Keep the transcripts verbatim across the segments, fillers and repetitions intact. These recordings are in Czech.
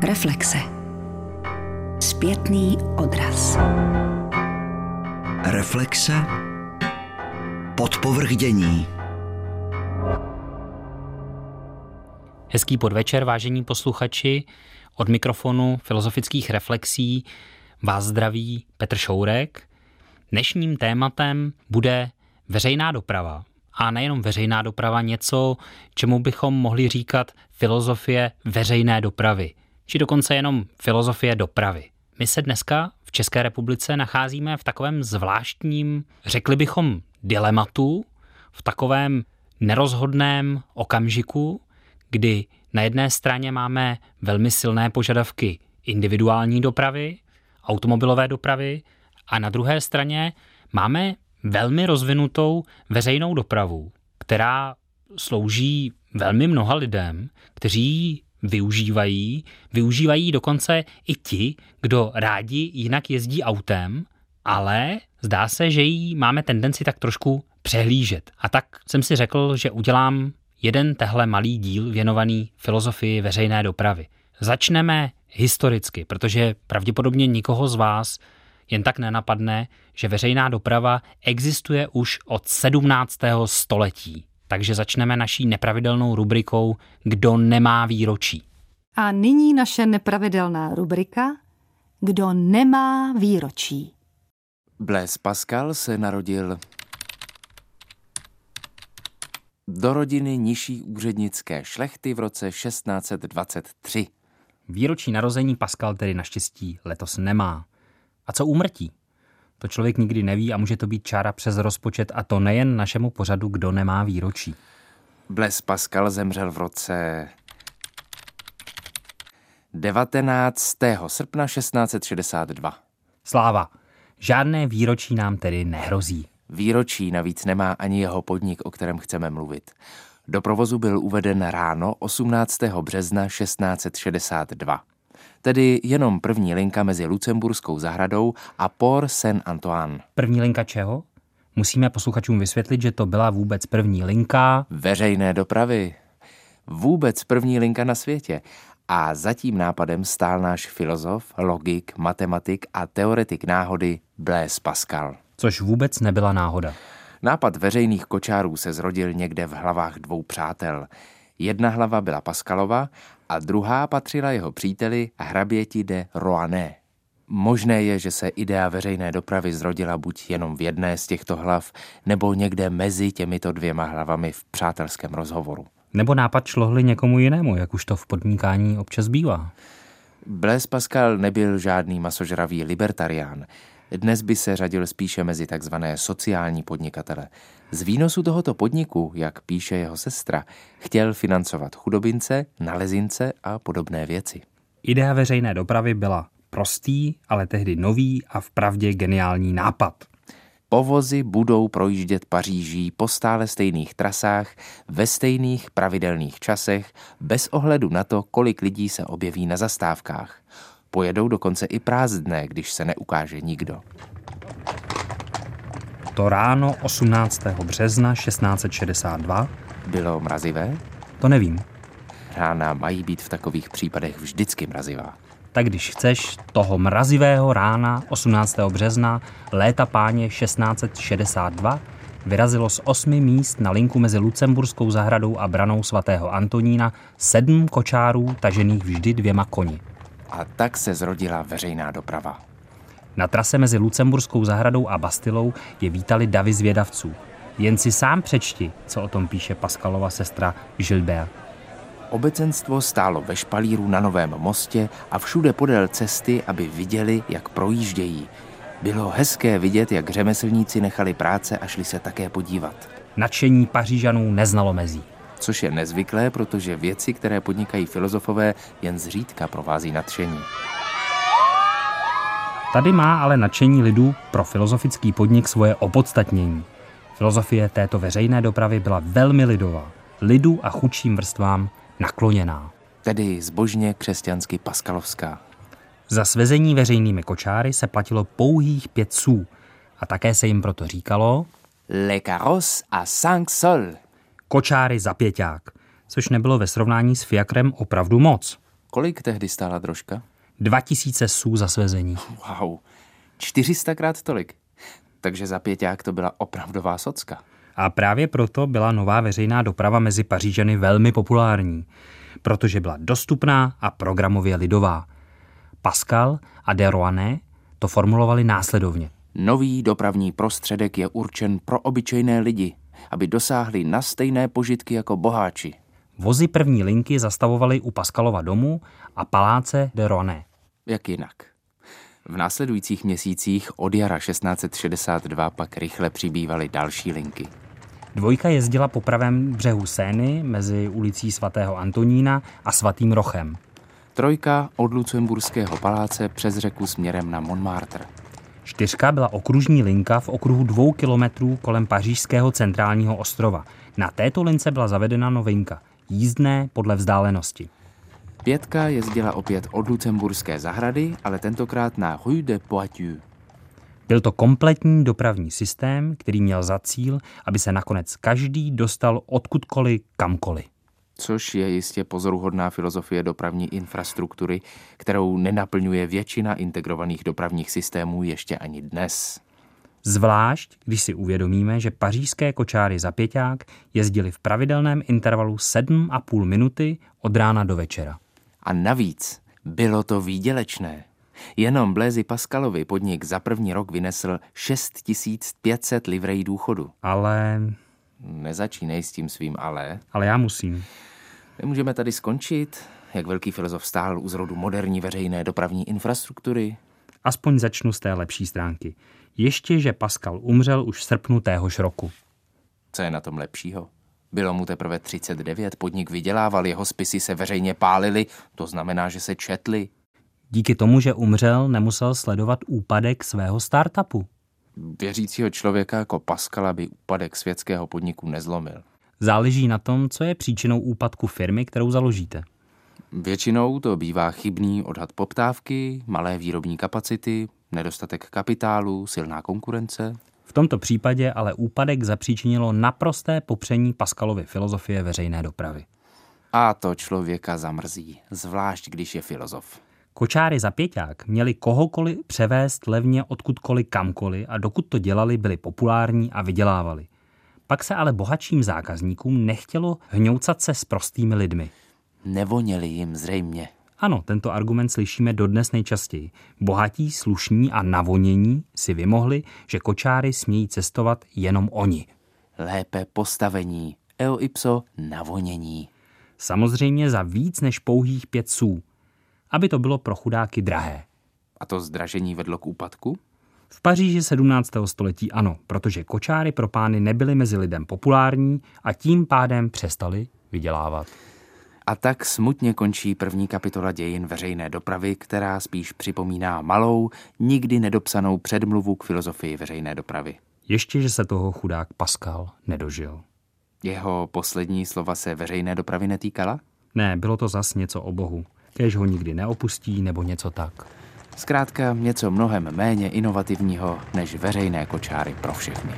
Reflexe. Zpětný odraz. Reflexe. Podpovrchdění. Hezký podvečer, vážení posluchači. Od mikrofonu Filozofických reflexí vás zdraví Petr Šourek. Dnešním tématem bude veřejná doprava. A nejenom veřejná doprava, něco, čemu bychom mohli říkat filozofie veřejné dopravy. Či dokonce jenom filozofie dopravy. My se dneska v České republice nacházíme v takovém zvláštním, řekli bychom, dilematu, v takovém nerozhodném okamžiku, kdy na jedné straně máme velmi silné požadavky individuální dopravy, automobilové dopravy a na druhé straně máme velmi rozvinutou veřejnou dopravu, která slouží velmi mnoha lidem, kteří využívají, využívají dokonce i ti, kdo rádi jinak jezdí autem, ale zdá se, že jí máme tendenci tak trošku přehlížet. A tak jsem si řekl, že udělám jeden tehle malý díl věnovaný filozofii veřejné dopravy. Začneme historicky, protože pravděpodobně nikoho z vás jen tak nenapadne, že veřejná doprava existuje už od sedmnáctého století. Takže začneme naší nepravidelnou rubrikou Kdo nemá výročí. A nyní naše nepravidelná rubrika Kdo nemá výročí. Blaise Pascal se narodil do rodiny nižší úřednické šlechty v roce šestnáct set dvacet tři. Výročí narození Pascal tedy naštěstí letos nemá. A co úmrtí? To člověk nikdy neví a může to být čára přes rozpočet, a to nejen našemu pořadu Kdo nemá výročí. Blaise Pascal zemřel v roce devatenáctého srpna šestnáct set šedesát dva. Sláva, žádné výročí nám tedy nehrozí. Výročí navíc nemá ani jeho podnik, o kterém chceme mluvit. Do provozu byl uveden ráno osmnáctého března šestnáct set šedesát dva. Tedy jenom první linka mezi Lucemburskou zahradou a Port Saint-Antoine. První linka čeho? Musíme posluchačům vysvětlit, že to byla vůbec první linka veřejné dopravy. Vůbec první linka na světě. A za tím nápadem stál náš filozof, logik, matematik a teoretik náhody Blaise Pascal. Což vůbec nebyla náhoda. Nápad veřejných kočárů se zrodil někde v hlavách dvou přátel. Jedna hlava byla Pascalova a druhá patřila jeho příteli hraběti de Roanet. Možné je, že se idea veřejné dopravy zrodila buď jenom v jedné z těchto hlav, nebo někde mezi těmito dvěma hlavami v přátelském rozhovoru. Nebo nápad šlohli někomu jinému, jak už to v podnikání občas bývá. Blaise Pascal nebyl žádný masožravý libertarián. Dnes by se řadil spíše mezi takzvané sociální podnikatele. Z výnosu tohoto podniku, jak píše jeho sestra, chtěl financovat chudobince, nalezince a podobné věci. Idea veřejné dopravy byla prostý, ale tehdy nový a vpravdě geniální nápad. Povozy budou projíždět Paříží po stále stejných trasách, ve stejných pravidelných časech, bez ohledu na to, kolik lidí se objeví na zastávkách. Pojedou dokonce i prázdné, když se neukáže nikdo. To ráno osmnáctého března šestnáct set šedesát dva bylo mrazivé? To nevím. Rána mají být v takových případech vždycky mrazivá. Tak když chceš, toho mrazivého rána osmnáctého března léta páně šestnáct set šedesát dva vyrazilo z osmi míst na linku mezi Lucemburskou zahradou a branou svatého Antonína sedm kočárů tažených vždy dvěma koni. A tak se zrodila veřejná doprava. Na trase mezi Lucemburskou zahradou a Bastilou je vítali davy zvědavců. Jen si sám přečti, co o tom píše Pascalova sestra Gilbert. Obecenstvo stálo ve špalíru na Novém mostě a všude podél cesty, aby viděli, jak projíždějí. Bylo hezké vidět, jak řemeslníci nechali práce a šli se také podívat. Nadšení Pařížanů neznalo mezí. Což je nezvyklé, protože věci, které podnikají filozofové, jen zřídka provází nadšení. Tady má ale nadšení lidu pro filozofický podnik svoje opodstatnění. Filozofie této veřejné dopravy byla velmi lidová, lidu a chudším vrstvám nakloněná. Tedy zbožně křesťansky pascalovská. Za svezení veřejnými kočáry se platilo pouhých pět sů a také se jim proto říkalo Le carrosse à cinq sols. Kočáry za pěťák, což nebylo ve srovnání s fiakrem opravdu moc. Kolik tehdy stála drožka? Dva tisíce sů za svezení. Wow, čtyřistakrát tolik. Takže za pěťák to byla opravdová socka. A právě proto byla nová veřejná doprava mezi Pařížany velmi populární, protože byla dostupná a programově lidová. Pascal a de Roanet to formulovali následovně. Nový dopravní prostředek je určen pro obyčejné lidi, aby dosáhli na stejné požitky jako boháči. Vozy první linky zastavovaly u Pascalova domu a paláce de Roanet. Jak jinak? V následujících měsících od jara šestnáct set šedesát dva pak rychle přibývaly další linky. Dvojka jezdila po pravém břehu Seiny mezi ulicí svatého Antonína a svatým Rochem. Trojka od Lucemburského paláce přes řeku směrem na Montmartre. Čtyřka byla okružní linka v okruhu dvou kilometrů kolem pařížského centrálního ostrova. Na této lince byla zavedena novinka – jízdné podle vzdálenosti. Pětka jezdila opět od Lucemburské zahrady, ale tentokrát na Rue de Poitiers. Byl to kompletní dopravní systém, který měl za cíl, aby se nakonec každý dostal odkudkoliv, kamkoliv. Což je jistě pozoruhodná filozofie dopravní infrastruktury, kterou nenaplňuje většina integrovaných dopravních systémů ještě ani dnes. Zvlášť, když si uvědomíme, že pařížské kočáry za pěťák jezdily v pravidelném intervalu sedm a půl minuty od rána do večera. A navíc bylo to výdělečné. Jenom Blaise Pascalovi podnik za první rok vynesl šest tisíc pět set livrejí důchodu. Ale... Nezačínej s tím svým ale. Ale já musím. Nemůžeme tady skončit, jak velký filozof stál u zrodu moderní veřejné dopravní infrastruktury. Aspoň začnu z té lepší stránky. Ještě, že Pascal umřel už v srpnu téhož roku. Co je na tom lepšího? Bylo mu teprve třicet devět, podnik vydělával, jeho spisy se veřejně pálily, to znamená, že se četly. Díky tomu, že umřel, nemusel sledovat úpadek svého startupu. Věřícího člověka jako Pascala by úpadek světského podniku nezlomil. Záleží na tom, co je příčinou úpadku firmy, kterou založíte. Většinou to bývá chybný odhad poptávky, malé výrobní kapacity, nedostatek kapitálu, silná konkurence. V tomto případě ale úpadek zapříčinilo naprosté popření Pascalovy filozofie veřejné dopravy. A to člověka zamrzí, zvlášť když je filozof. Kočáry za pěťák měli kohokoliv převést levně odkudkoliv kamkoliv a dokud to dělali, byli populární a vydělávali. Pak se ale bohatším zákazníkům nechtělo hňoucat se s prostými lidmi. Nevoněli jim zřejmě. Ano, tento argument slyšíme dodnes nejčastěji. Bohatí, slušní a navonění si vymohli, že kočáry smějí cestovat jenom oni. Lépe postavení, eo ipso navonění. Samozřejmě za víc než pouhých pět sů, aby to bylo pro chudáky drahé. A to zdražení vedlo k úpadku? V Paříži sedmnáctého století ano, protože kočáry pro pány nebyly mezi lidem populární a tím pádem přestali vydělávat. A tak smutně končí první kapitola dějin veřejné dopravy, která spíš připomíná malou, nikdy nedopsanou předmluvu k filozofii veřejné dopravy. Ještě, že se toho chudák Pascal nedožil. Jeho poslední slova se veřejné dopravy netýkala? Ne, bylo to zas něco o Bohu. Kéž ho nikdy neopustí nebo něco tak. Zkrátka něco mnohem méně inovativního než veřejné kočáry pro všechny.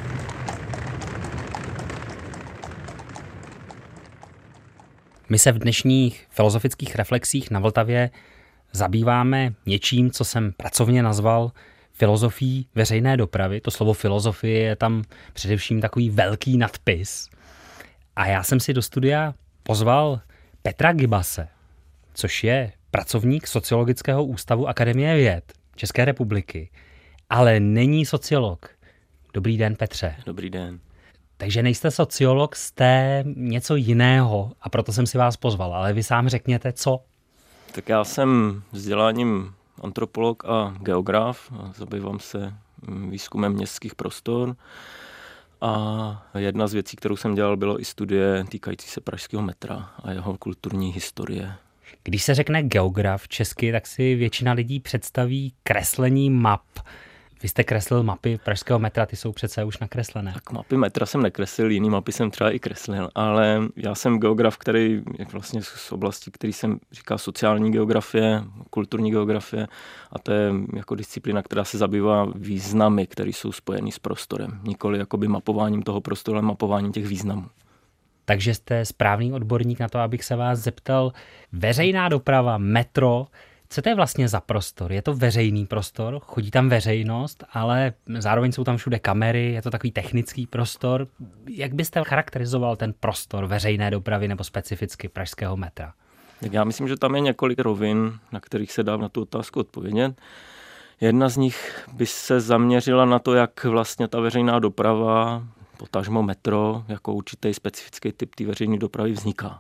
My se v dnešních filozofických reflexích na Vltavě zabýváme něčím, co jsem pracovně nazval filozofií veřejné dopravy. To slovo filozofie je tam především takový velký nadpis. A já jsem si do studia pozval Petra Gibase, což je pracovník Sociologického ústavu Akademie věd České republiky, ale není sociolog. Dobrý den, Petře. Dobrý den. Takže nejste sociolog, jste něco jiného a proto jsem si vás pozval, ale vy sám řekněte, co? Tak já jsem vzděláním antropolog a geograf, a zabývám se výzkumem městských prostor a jedna z věcí, kterou jsem dělal, bylo i studie týkající se pražského metra a jeho kulturní historie. Když se řekne geograf česky, tak si většina lidí představí kreslení map. Vy jste kreslil mapy pražského metra, ty jsou přece už nakreslené. Tak mapy metra jsem nekreslil, jiný mapy jsem třeba i kreslil, ale já jsem geograf, který je vlastně z oblasti, který jsem říká sociální geografie, kulturní geografie a to je jako disciplína, která se zabývá významy, které jsou spojený s prostorem. Nikoli jakoby mapováním toho prostoru, ale mapováním těch významů. Takže jste správný odborník na to, abych se vás zeptal. Veřejná doprava, metro, co to je vlastně za prostor? Je to veřejný prostor, chodí tam veřejnost, ale zároveň jsou tam všude kamery, je to takový technický prostor. Jak byste charakterizoval ten prostor veřejné dopravy nebo specificky pražského metra? Tak já myslím, že tam je několik rovin, na kterých se dá na tu otázku odpovědět. Jedna z nich by se zaměřila na to, jak vlastně ta veřejná doprava, potažmo metro, jako určitý specifický typ té veřejné dopravy vzniká.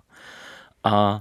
A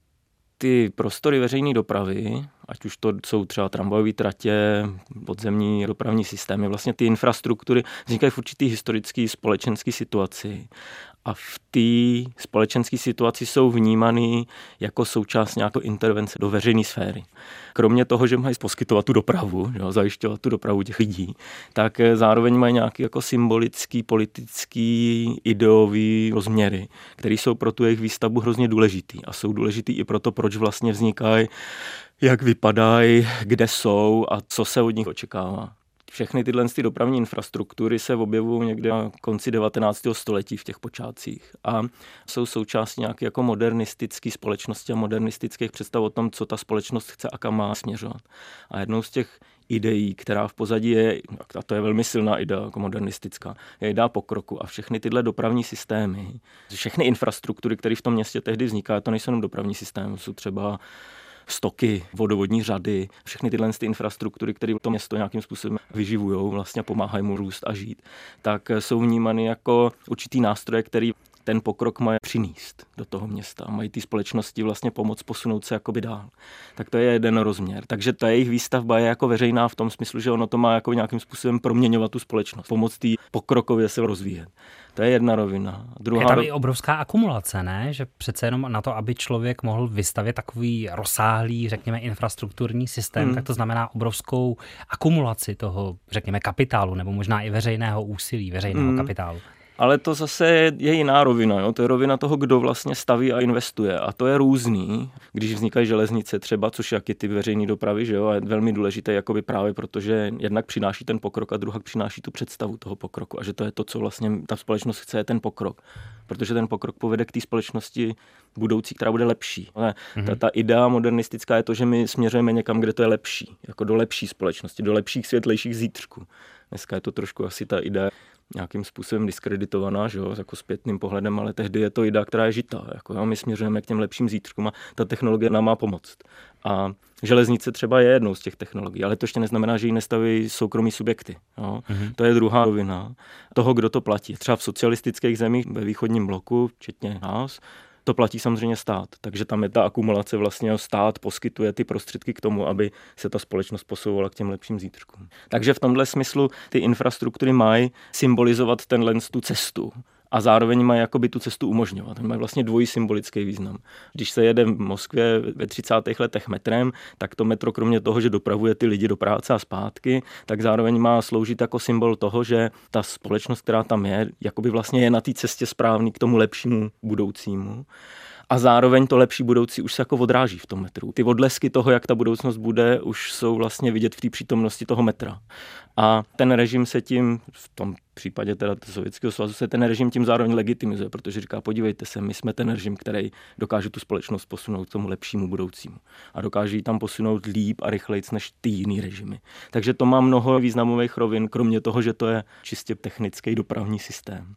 ty prostory veřejné dopravy, ať už to jsou třeba tramvajové tratě, podzemní dopravní systémy, vlastně ty infrastruktury vznikají v určitý historický společenský situaci. A v té společenské situaci jsou vnímaný jako součást nějaké intervence do veřejné sféry. Kromě toho, že mají poskytovat tu dopravu, jo, zajišťovat tu dopravu těch lidí, tak zároveň mají nějaké jako symbolický, politický, ideový rozměry, které jsou pro tu jejich výstavbu hrozně důležitý. A jsou důležitý i proto, proč vlastně vznikají, jak vypadají, kde jsou a co se od nich očekává. Všechny tyhle ty dopravní infrastruktury se objevují někde na konci devatenáctého století v těch počátcích a jsou součástí nějaké jako modernistické společnosti a modernistických představ o tom, co ta společnost chce a kam má směřovat. A jednou z těch ideí, která v pozadí je, a to je velmi silná idea, jako modernistická, je idea pokroku a všechny tyhle dopravní systémy, všechny infrastruktury, které v tom městě tehdy vzniká, to nejsou jenom dopravní systémy, jsou třeba stoky, vodovodní řady, všechny tyhle ty infrastruktury, které to město nějakým způsobem vyživují, vlastně pomáhají mu růst a žít, tak jsou vnímány jako určitý nástroje, který ten pokrok mají přinést do toho města a mají ty společnosti vlastně pomoct posunout se jakoby dál. Tak to je jeden rozměr. Takže ta jejich výstavba je jako veřejná v tom smyslu, že ono to má jako nějakým způsobem proměňovat tu společnost, pomoct tý pokrokově se rozvíjet. To je jedna rovina. Druhá je tam ro... i obrovská akumulace, ne? Že přece jenom na to, aby člověk mohl vystavět takový rozsáhlý, řekněme, infrastrukturní systém, hmm. tak to znamená obrovskou akumulaci toho, řekněme, kapitálu, nebo možná i veřejného úsilí, veřejného hmm. kapitálu. Ale to zase je jiná rovina. Jo? To je rovina toho, kdo vlastně staví a investuje. A to je různý, když vznikají železnice třeba, což je jaký typ veřejné dopravy, že jo? A je velmi důležité jakoby právě protože jednak přináší ten pokrok a druhá přináší tu představu toho pokroku. A že to je to, co vlastně ta společnost chce, je ten pokrok. Protože ten pokrok povede k té společnosti budoucí, která bude lepší. Ale mm-hmm. ta, ta idea modernistická je to, že my směřujeme někam, kde to je lepší. Jako do lepší společnosti, do lepších, světlejších zítřků. Dneska je to trošku asi ta idea nějakým způsobem diskreditovaná, že jo, jako zpětným pohledem, ale tehdy je to idea, která je žitá. Jako, jo, my směřujeme k těm lepším zítřkům a ta technologie nám má pomoct. A železnice třeba je jednou z těch technologií, ale to ještě neznamená, že ji nestaví soukromí subjekty. Jo. Mm-hmm. To je druhá rovina toho, kdo to platí. Třeba v socialistických zemích ve východním bloku, včetně nás, to platí samozřejmě stát, takže tam je ta akumulace vlastně, stát poskytuje ty prostředky k tomu, aby se ta společnost posouvala k těm lepším zítřkům. Takže v tomhle smyslu ty infrastruktury mají symbolizovat tenhle tu cestu a zároveň mají jakoby tu cestu umožňovat. Mají vlastně dvojí symbolický význam. Když se jede v Moskvě ve třicátých letech metrem, tak to metro kromě toho, že dopravuje ty lidi do práce a zpátky, tak zároveň má sloužit jako symbol toho, že ta společnost, která tam je, jakoby vlastně je na té cestě správný k tomu lepšímu budoucímu. A zároveň to lepší budoucí už se jako odráží v tom metru. Ty odlesky toho, jak ta budoucnost bude, už jsou vlastně vidět v té přítomnosti toho metra. A ten režim se tím, v tom případě teda Sovětského svazu, se ten režim tím zároveň legitimizuje, protože říká, podívejte se, my jsme ten režim, který dokáže tu společnost posunout k tomu lepšímu budoucímu. A dokáže ji tam posunout líp a rychlejc než ty jiný režimy. Takže to má mnoho významových rovin, kromě toho, že to je čistě technický dopravní systém.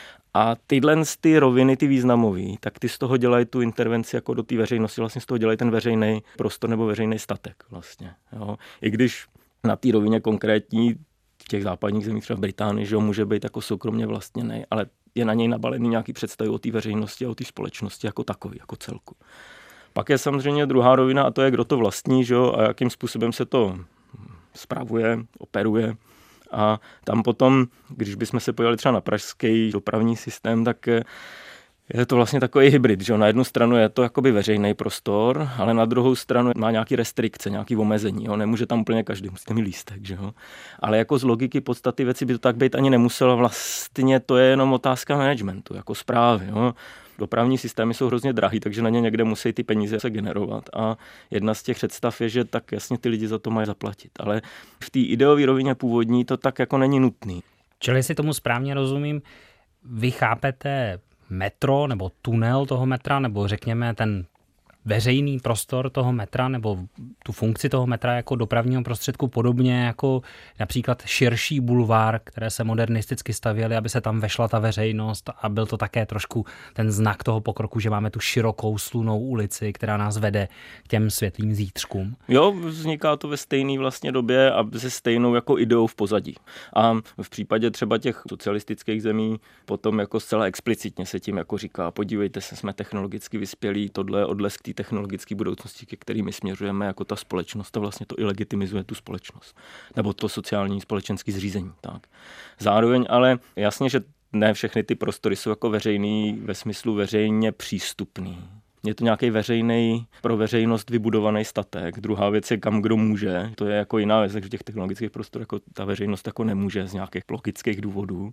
A tyhle ty roviny, ty významový, tak ty z toho dělají tu intervenci jako do té veřejnosti, vlastně z toho dělají ten veřejný prostor nebo veřejný statek vlastně. Jo. I když na té rovině konkrétní v těch západních zemích, třeba v Británii, že může být jako soukromně vlastněný, ale je na něj nabalený nějaký představy o té veřejnosti a o té společnosti jako takový, jako celku. Pak je samozřejmě druhá rovina a to je, kdo to vlastní, že jo, a jakým způsobem se to spravuje, operuje. A tam potom, když bychom se podívali třeba na pražský dopravní systém, tak je to vlastně takový hybrid, že na jednu stranu je to jakoby veřejný prostor, ale na druhou stranu má nějaký restrikce, nějaký omezení, jo? Nemůže tam úplně každý, musíte mít lístek, že jo. Ale jako z logiky podstaty věci by to tak být ani nemuselo, vlastně to je jenom otázka managementu, jako správy, jo. Dopravní systémy jsou hrozně drahý, takže na ně někde musí ty peníze se generovat. A jedna z těch představ je, že tak jasně ty lidi za to mají zaplatit. Ale v té ideové rovině původní to tak jako není nutný. Čili si tomu správně rozumím, vy chápete metro nebo tunel toho metra, nebo řekněme ten veřejný prostor toho metra nebo tu funkci toho metra jako dopravního prostředku, podobně jako například širší bulvár, které se modernisticky stavěly, aby se tam vešla ta veřejnost a byl to také trošku ten znak toho pokroku, že máme tu širokou slunnou ulici, která nás vede k těm světlým zítřkům. Jo, vzniká to ve stejné vlastně době a se stejnou jako ideou v pozadí. A v případě třeba těch socialistických zemí potom jako zcela explicitně se tím jako říká, podívejte se, jsme technologicky vyspělí, tohle je odlesk té technologické budoucnosti, ke kterými směřujeme jako ta společnost a vlastně to i legitimizuje tu společnost. Nebo to sociální společenské zřízení. Tak. Zároveň ale jasně, že ne všechny ty prostory jsou jako veřejný ve smyslu veřejně přístupný. Je to nějaký veřejný, pro veřejnost vybudovaný statek. Druhá věc je, kam kdo může. To je jako jiná věc, takže v těch technologických prostorech jako ta veřejnost jako nemůže z nějakých logických důvodů.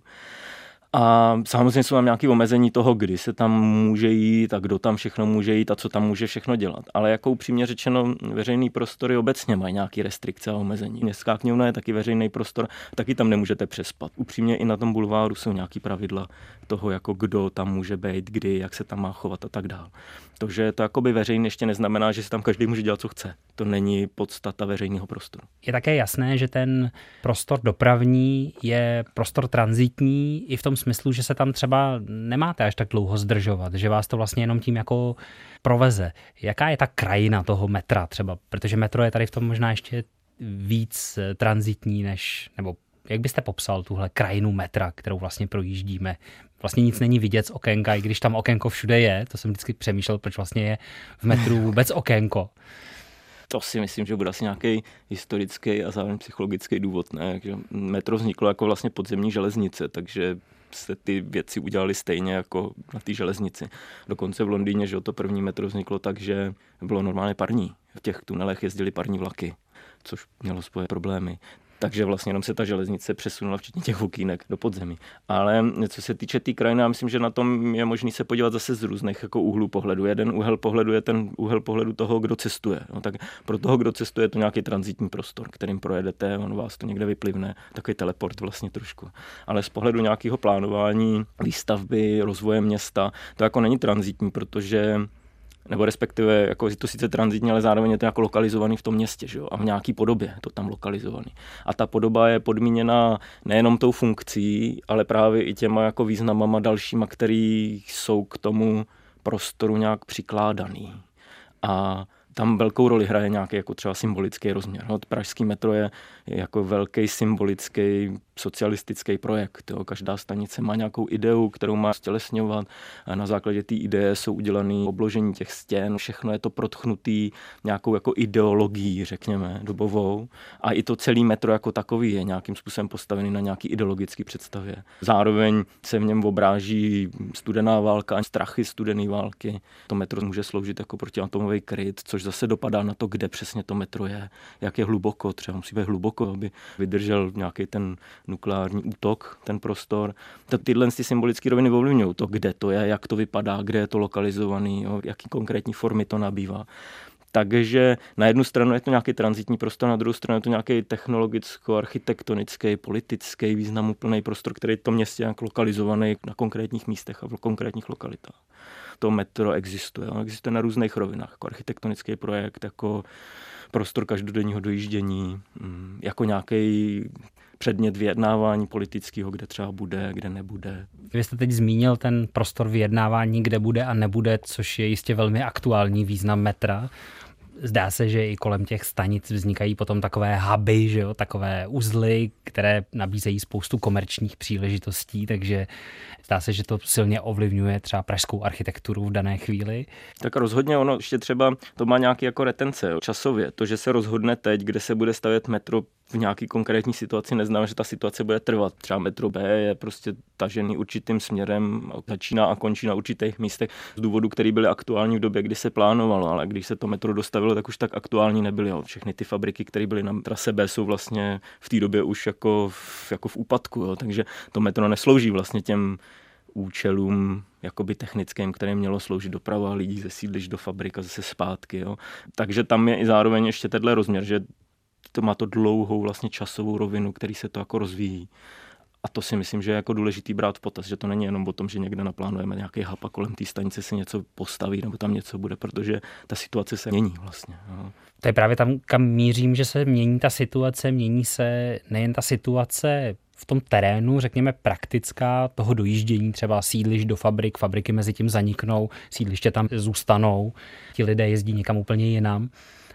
A samozřejmě jsou tam nějaké omezení toho, kdy se tam může jít a kdo tam všechno může jít a co tam může všechno dělat. Ale jako upřímně řečeno, veřejný prostory obecně mají nějaké restrikce a omezení. Městská knihovna je taky veřejný prostor, taky tam nemůžete přespat. Upřímně i na tom bulváru jsou nějaké pravidla toho, jako kdo tam může být, kdy, jak se tam má chovat a tak dále. To, že to jakoby veřejný ještě neznamená, že si tam každý může dělat, co chce. To není podstata veřejného prostoru. Je také jasné, že ten prostor dopravní je prostor tranzitní i v tom smyslu, že se tam třeba nemáte až tak dlouho zdržovat, že vás to vlastně jenom tím jako proveze. Jaká je ta krajina toho metra třeba? Protože metro je tady v tom možná ještě víc tranzitní než, nebo jak byste popsal tuhle krajinu metra, kterou vlastně projíždíme? Vlastně nic není vidět z okénka, i když tam okénko všude je, to jsem vždycky přemýšlel, proč vlastně je v metru vůbec okénko. To si myslím, že bude asi nějaký historický a zároveň psychologický důvod. Ne? Metro vzniklo jako vlastně podzemní železnice, takže se ty věci udělaly stejně jako na té železnici. Dokonce v Londýně, že to první metro vzniklo tak, že bylo normálně parní. V těch tunelech jezdily parní vlaky, což mělo svoje problémy. Takže vlastně jenom se ta železnice přesunula, včetně těch okýnek, do podzemí. Ale co se týče té tý krajiny, já myslím, že na tom je možný se podívat zase z různých jako úhlů pohledu. Jeden úhel pohledu je ten úhel pohledu toho, kdo cestuje. No, tak pro toho, kdo cestuje, je to nějaký tranzitní prostor, kterým projedete, on vás to někde vyplivne, takový teleport vlastně trošku. Ale z pohledu nějakého plánování, výstavby, rozvoje města, to jako není tranzitní, protože nebo respektive jako je to sice tranzitní, ale zároveň je to jako lokalizovaný v tom městě, že jo? A v nějaký podobě je to tam lokalizovaný. A ta podoba je podmíněna nejenom tou funkcí, ale právě i těma jako významama dalšíma, který jsou k tomu prostoru nějak přikládaný. A tam velkou roli hraje nějaký jako třeba symbolický rozměr. No, pražský metro je, je jako velký symbolický socialistický projekt. Jo. Každá stanice má nějakou ideu, kterou má stělesňovat. A na základě té ideje jsou udělané obložení těch stěn. Všechno je to protchnutý nějakou jako ideologií, řekněme, dobovou. A i to celý metro jako takový je nějakým způsobem postavený na nějaký ideologický představě. Zároveň se v něm obráží studená válka, strachy studené války. To metro může sloužit jako protiatomový kryt, což zase dopadá na to, kde přesně to metro je, jak je hluboko, třeba musí být hluboko, aby vydržel nějaký ten nukleární útok, ten prostor. Tyhle ty symbolické roviny ovlivňují to, kde to je, jak to vypadá, kde je to lokalizovaný, jo, jaký konkrétní formy to nabývá. Takže na jednu stranu je to nějaký tranzitní prostor, na druhou stranu je to nějaký technologicko-architektonický, politický, významuplný prostor, který je v tom městě nějak lokalizovaný na konkrétních místech a v konkrétních lokalitách. To metro existuje. On existuje na různých rovinách, jako architektonický projekt, jako prostor každodenního dojíždění, jako nějaký předmět vyjednávání politického, kde třeba bude, kde nebude. Vy jste teď zmínil ten prostor vyjednávání, kde bude a nebude, což je jistě velmi aktuální význam metra. Zdá se, že i kolem těch stanic vznikají potom takové huby, že jo? Takové uzly, které nabízejí spoustu komerčních příležitostí, takže zdá se, že to silně ovlivňuje třeba pražskou architekturu v dané chvíli. Tak rozhodně ono ještě třeba, to má nějaký jako retence jo? Časově. To, že se rozhodne teď, kde se bude stavět metro v nějaký konkrétní situaci, neznamená, že ta situace bude trvat. Třeba metro B je prostě tažený určitým směrem, začíná a končí na určitých místech z důvodu, který byly aktuální v době, kdy se plánovalo, ale když se to metro dostavilo, tak už tak aktuální nebyly. Jo. Všechny ty fabriky, které byly na trase B, jsou vlastně v té době už jako v, jako v úpadku, jo. Takže to metro neslouží vlastně těm účelům jakoby technickým, které mělo sloužit doprava lidí ze sídlišť do fabrik a zase zpátky. Jo. Takže tam je i zároveň ještě tenhle rozměr, že to má to dlouhou vlastně časovou rovinu, který se to jako rozvíjí. A to si myslím, že je jako důležitý brát v potaz, že to není jenom o tom, že někde naplánujeme nějaký hub a kolem té stanice se něco postaví nebo tam něco bude, protože ta situace se mění vlastně. No. To je právě tam, kam mířím, že se mění ta situace, mění se nejen ta situace v tom terénu, řekněme praktická, toho dojíždění, třeba sídliš do fabrik, fabriky mezi tím zaniknou, sídliště tam zůstanou, ti lidé jezdí někam úplně jinam,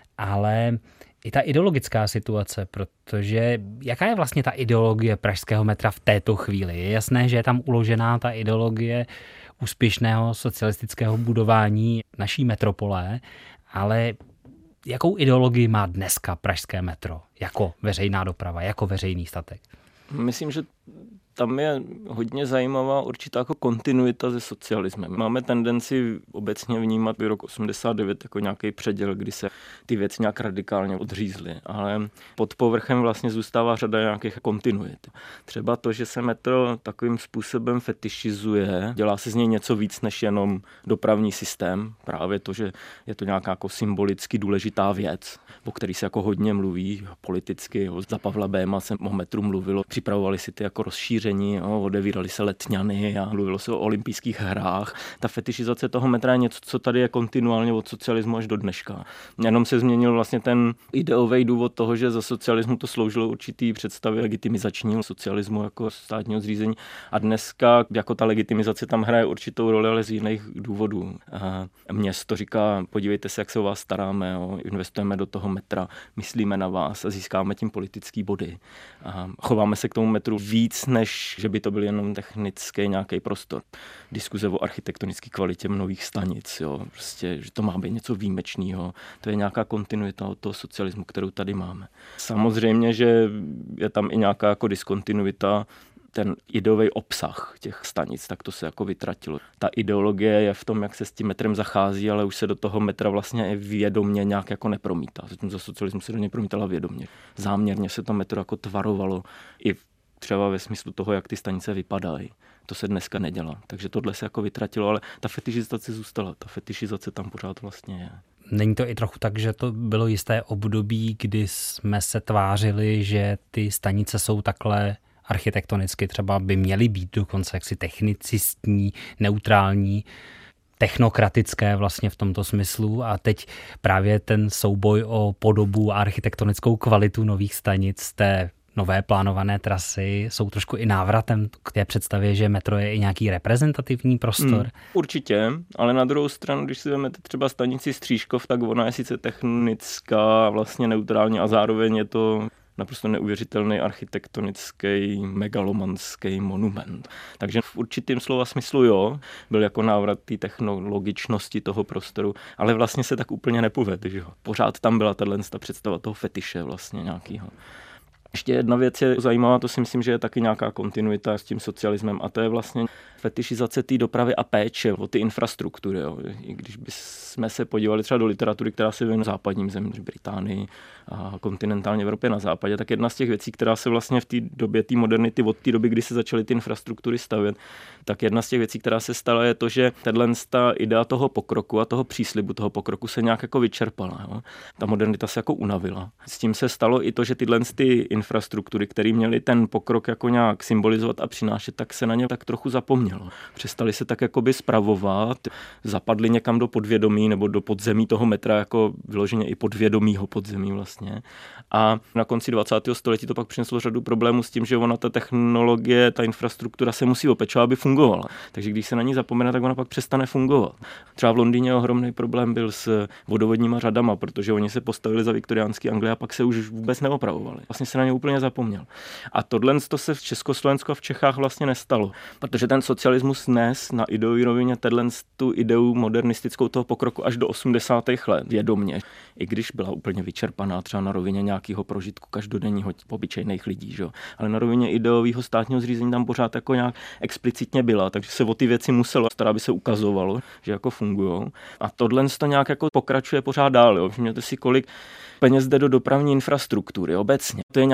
ale i ta ideologická situace, protože jaká je vlastně ta ideologie pražského metra v této chvíli? Je jasné, že je tam uložená ta ideologie úspěšného socialistického budování naší metropole, ale jakou ideologii má dneska pražské metro jako veřejná doprava, jako veřejný statek? Myslím, že tam je hodně zajímavá určitá jako kontinuita se socialismem. Máme tendenci obecně vnímat rok osmdesát devět jako nějaký předěl, kdy se ty věci nějak radikálně odřízly, ale pod povrchem vlastně zůstává řada nějakých kontinuit. Třeba to, že se metro takovým způsobem fetišizuje, dělá se z něj něco víc než jenom dopravní systém, právě to, že je to nějaká jako symbolicky důležitá věc, o který se jako hodně mluví politicky. Za Pavla Béma se o metru mluvilo, připravovali si ty jako rozšíření, jo, odevíraly se Letňany a mluvilo se o olympijských hrách. Ta fetišizace toho metra je něco, co tady je kontinuálně od socialismu až do dneška. Jenom se změnil vlastně ten ideový důvod toho, že za socialismu to sloužilo určitý představy legitimizačního socialismu jako státního zřízení a dneska jako ta legitimizace tam hraje určitou roli, ale z jiných důvodů. A město říká, podívejte se, jak se o vás staráme, jo, investujeme do toho metra, myslíme na vás a získáme tím politický body. A chováme se k tomu metru víc, než že by to byl jenom technický nějaký prostor. Diskuze o architektonické kvalitě nových stanic, jo, prostě, že to má být něco výjimečného. To je nějaká kontinuita od toho socialismu, kterou tady máme. Samozřejmě, že je tam i nějaká jako diskontinuita, ten ideový obsah těch stanic, tak to se jako vytratilo. Ta ideologie je v tom, jak se s tím metrem zachází, ale už se do toho metra vlastně vědomně nějak jako nepromítá. Zatím za socialismu se do něj promítala vědomně. Záměrně se to metro jako tvarovalo i třeba ve smyslu toho, jak ty stanice vypadají. To se dneska nedělá. Takže tohle se jako vytratilo, ale ta fetišizace zůstala. Ta fetišizace tam pořád vlastně je. Není to i trochu tak, že to bylo jisté období, kdy jsme se tvářili, že ty stanice jsou takhle architektonicky třeba by měly být dokonce jaksi technicistní, neutrální, technokratické vlastně v tomto smyslu a teď právě ten souboj o podobu a architektonickou kvalitu nových stanic té nové plánované trasy jsou trošku i návratem k té představě, že metro je i nějaký reprezentativní prostor. Hmm, určitě, ale na druhou stranu, když si vezmete třeba stanici Stříškov, tak ona je sice technická, vlastně neutrální a zároveň je to naprosto neuvěřitelný architektonický, megalomanský monument. Takže v určitým slova smyslu jo, byl jako návrat té technologičnosti toho prostoru, ale vlastně se tak úplně nepovede, že jo. Pořád tam byla tato představa toho fetiše vlastně nějakýho. Ještě jedna věc je zajímavá, to si myslím, že je taky nějaká kontinuita s tím socialismem a to je vlastně fetišizace té dopravy a péče o ty infrastruktury. Jo. I když bychom se podívali třeba do literatury, která se věnuje západním zemím, Británii a kontinentální Evropě na západě, tak jedna z těch věcí, která se vlastně v té době té modernity, od té doby, kdy se začaly ty infrastruktury stavět, tak jedna z těch věcí, která se stala, je to, že tato idea toho pokroku a toho příslibu toho pokroku se nějak jako vyčerpala. Jo. Ta modernita se jako unavila. S tím se stalo i to, že tyhle ty infrastruktury, které měly ten pokrok jako nějak symbolizovat a přinášet, tak se na ně tak trochu zapomnělo. Přestali se tak jakoby spravovat, zapadli někam do podvědomí nebo do podzemí toho metra, jako vyloženě i podvědomího podzemí vlastně. A na konci dvacátého století to pak přineslo řadu problémů s tím, že ona ta technologie, ta infrastruktura se musí opečovat, aby fungovala. Takže když se na ní zapomene, tak ona pak přestane fungovat. Třeba v Londýně ohromný problém byl s vodovodníma řadama, protože oni se postavili za viktoriánský Anglie a pak se už vůbec neopravovali. Vlastně se na ně úplně zapomněl. A tohle to se v Československu a v Čechách vlastně nestalo, protože ten socialismus nes na ideové rovině tu ideu modernistickou toho pokroku až do osmdesátých let vědomě, i když byla úplně vyčerpaná třeba na rovině nějakého prožitku každodenního obyčejných lidí, že? Ale na rovině ideového státního zřízení tam pořád jako nějak explicitně byla, takže se o ty věci muselo, aby se ukazovalo, že jako fungujou. A tohle to nějak jako pokračuje pořád dál, jo? Všimněte si, kolik peněz jde do dopravní infrastruktury obecně. To je nějaký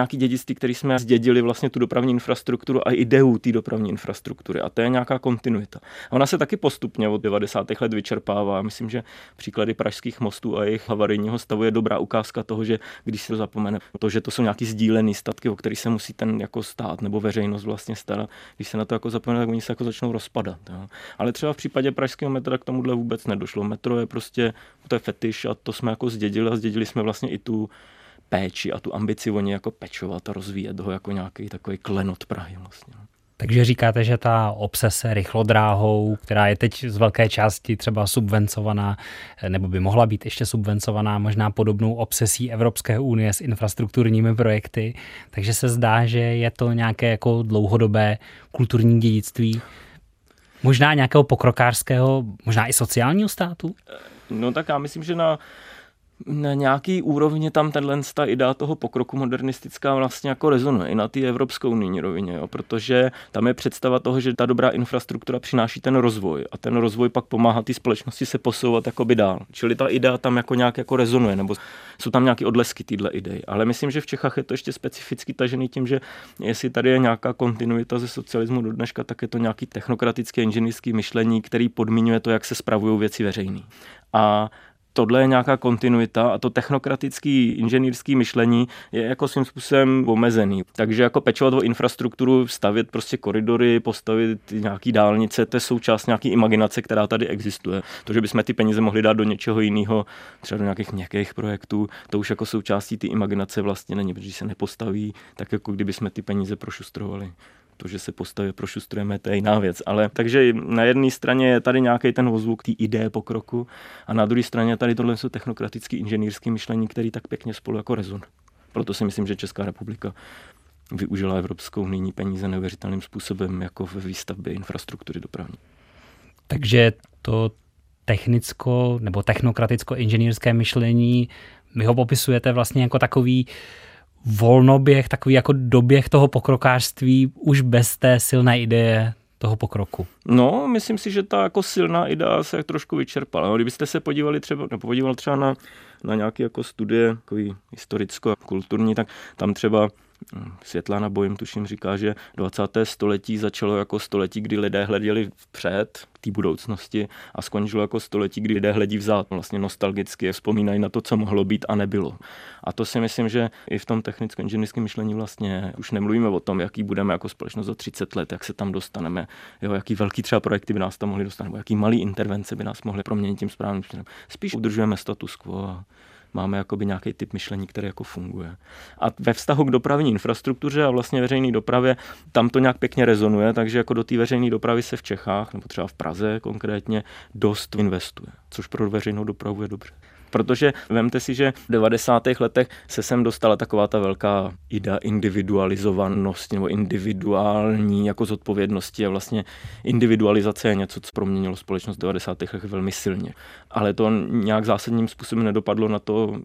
nějaký dědictví, který jsme zdědili vlastně tu dopravní infrastrukturu a ideu té dopravní infrastruktury. A to je nějaká kontinuita. A ona se taky postupně od devadesátých let vyčerpává. Myslím, že příklady pražských mostů a jejich havarijního stavu je dobrá ukázka toho, že když se to zapomene, to, že to jsou nějaký sdílený statky, o který se musí ten jako stát nebo veřejnost vlastně starat, když se na to jako zapomene, tak oni se jako začnou rozpadat. Jo. Ale třeba v případě pražského metra k tomuhle vůbec nedošlo. Metro je prostě, to je fetiš a to jsme jako zdědili a zdědili jsme vlastně i tu péči a tu ambici o ně jako pečovat a rozvíjet ho jako nějaký takový klenot Prahy vlastně. Takže říkáte, že ta obsese rychlodráhou, která je teď z velké části třeba subvencovaná, nebo by mohla být ještě subvencovaná možná podobnou obsesí Evropské unie s infrastrukturními projekty, takže se zdá, že je to nějaké jako dlouhodobé kulturní dědictví, možná nějakého pokrokářského, možná i sociálního státu? No tak já myslím, že na na nějaký úrovni tam tenhle ta idea toho pokroku modernistická vlastně jako rezonuje i na té evropskou unijní rovině, jo, protože tam je představa toho, že ta dobrá infrastruktura přináší ten rozvoj a ten rozvoj pak pomáhá té společnosti se posouvat jakoby dál. Čili ta idea tam jako nějak jako rezonuje, nebo jsou tam nějaké odlesky téhle idei. Ale myslím, že v Čechách je to ještě specificky tažený tím, že jestli tady je nějaká kontinuita ze socialismu do dneška, tak je to nějaký technokratické inženýrské myšlení, který podmiňuje to, jak se spravují věci veřejné. A tohle je nějaká kontinuita a to technokratický inženýrský myšlení je jako svým způsobem omezený. Takže jako pečovat o infrastrukturu, stavět prostě koridory, postavit nějaký dálnice, to je součást nějaký imaginace, která tady existuje. To, že bychom ty peníze mohli dát do něčeho jiného, třeba do nějakých měkkých projektů, to už jako součástí ty imaginace vlastně není, protože se nepostaví, tak jako kdyby jsme ty peníze prošustrovali. To, že se postavě prošustrujeme, to je jiná věc. Ale takže na jedné straně je tady nějaký ten ozvuk té ideje pokroku a na druhé straně tady tohle jsou technokratický inženýrský myšlení, který tak pěkně spolu jako rezon. Proto si myslím, že Česká republika využila evropskou unijní peníze neuvěřitelným způsobem jako ve výstavbě infrastruktury dopravní. Takže to technicko nebo technokraticko-inženýrské myšlení, vy ho popisujete vlastně jako takový volnoběh, takový jako doběh toho pokrokářství už bez té silné ideje toho pokroku. No, myslím si, že ta jako silná idea se trošku vyčerpala. No, kdybyste se podívali třeba, nebo podíval třeba na, na nějaké jako studie takový historicko-kulturní, tak tam třeba Světlana Bojm, tuším, říká, že dvacáté století začalo jako století, kdy lidé hleděli vpřed k té budoucnosti a skončilo jako století, kdy lidé hledí vzad. Vlastně nostalgicky vzpomínají na to, co mohlo být a nebylo. A to si myslím, že i v tom technicko-inženýrském myšlení vlastně už nemluvíme o tom, jaký budeme jako společnost za třicet let, jak se tam dostaneme, jo, jaký velký třeba projekty by nás tam mohly dostat, nebo jaký malý intervence by nás mohly proměnit tím správným směrem. Spíš udržujeme status quo a máme jakoby nějaký typ myšlení, který jako funguje. A ve vztahu k dopravní infrastruktuře a vlastně veřejné dopravě, tam to nějak pěkně rezonuje, takže jako do té veřejné dopravy se v Čechách, nebo třeba v Praze konkrétně, dost investuje, což pro veřejnou dopravu je dobře. Protože vemte si, že v devadesátých letech se sem dostala taková ta velká idea individualizovanosti nebo individuální jako zodpovědnosti a vlastně individualizace je něco, co proměnilo společnost v devadesátých letech velmi silně. Ale to nějak zásadním způsobem nedopadlo na to,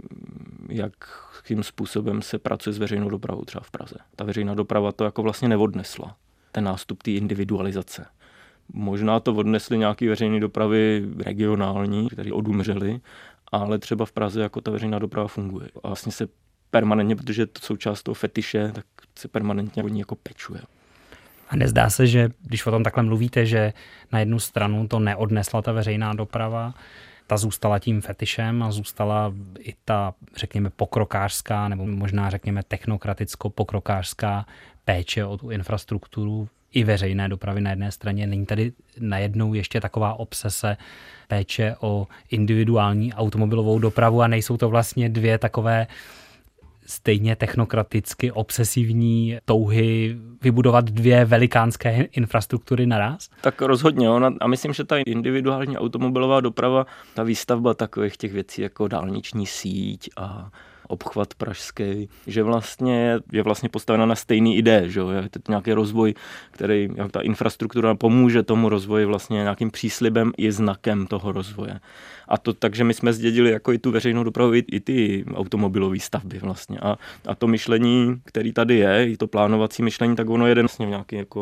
jakým způsobem se pracuje s veřejnou dopravou třeba v Praze. Ta veřejná doprava to jako vlastně neodnesla, ten nástup té individualizace. Možná to odnesly nějaké veřejné dopravy regionální, které odumřely, ale třeba v Praze jako ta veřejná doprava funguje. A vlastně se permanentně, protože to součást toho fetiše, tak se permanentně o ní jako pečuje. A nezdá se, že když o tom takhle mluvíte, že na jednu stranu to neodnesla ta veřejná doprava, ta zůstala tím fetišem a zůstala i ta, řekněme, pokrokářská nebo možná, řekněme, technokraticko-pokrokářská péče o tu infrastrukturu i veřejné dopravy na jedné straně. Není tady najednou ještě taková obsese péče o individuální automobilovou dopravu a nejsou to vlastně dvě takové stejně technokraticky obsesivní touhy vybudovat dvě velikánské infrastruktury naraz? Tak rozhodně. Ona, a myslím, že ta individuální automobilová doprava, ta výstavba takových těch věcí jako dálniční síť a obchvat pražský, že vlastně je vlastně postavena na stejný ideje, že je to nějaký rozvoj, který, jak ta infrastruktura pomůže tomu rozvoji vlastně nějakým příslibem i znakem toho rozvoje. A to takže my jsme zdědili jako i tu veřejnou dopravu, i, i ty automobilové stavby vlastně. A, a to myšlení, který tady je, i to plánovací myšlení, tak ono jede vlastně v nějaký jako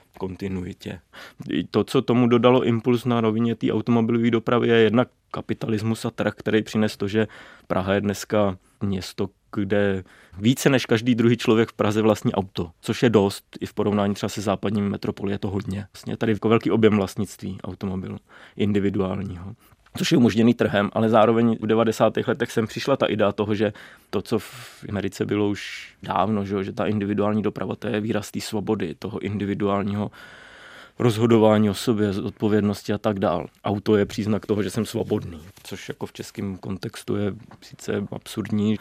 kontinuitě. To, co tomu dodalo impuls na rovině té automobilové dopravy, je jednak kapitalismus a trh, který přines to, že Praha je dneska město, kde více než každý druhý člověk v Praze vlastní auto, což je dost i v porovnání třeba se západním metropoli, je to hodně. Vlastně tady je velký objem vlastnictví automobilu individuálního, což je umožněný trhem, ale zároveň v devadesátých letech sem přišla ta idea toho, že to, co v Americe bylo už dávno, že, že ta individuální doprava, to je výraz té svobody, toho individuálního rozhodování o sobě, odpovědnosti a tak dál. Auto je příznak toho, že jsem svobodný, což jako v českém kontextu je sice absurdní,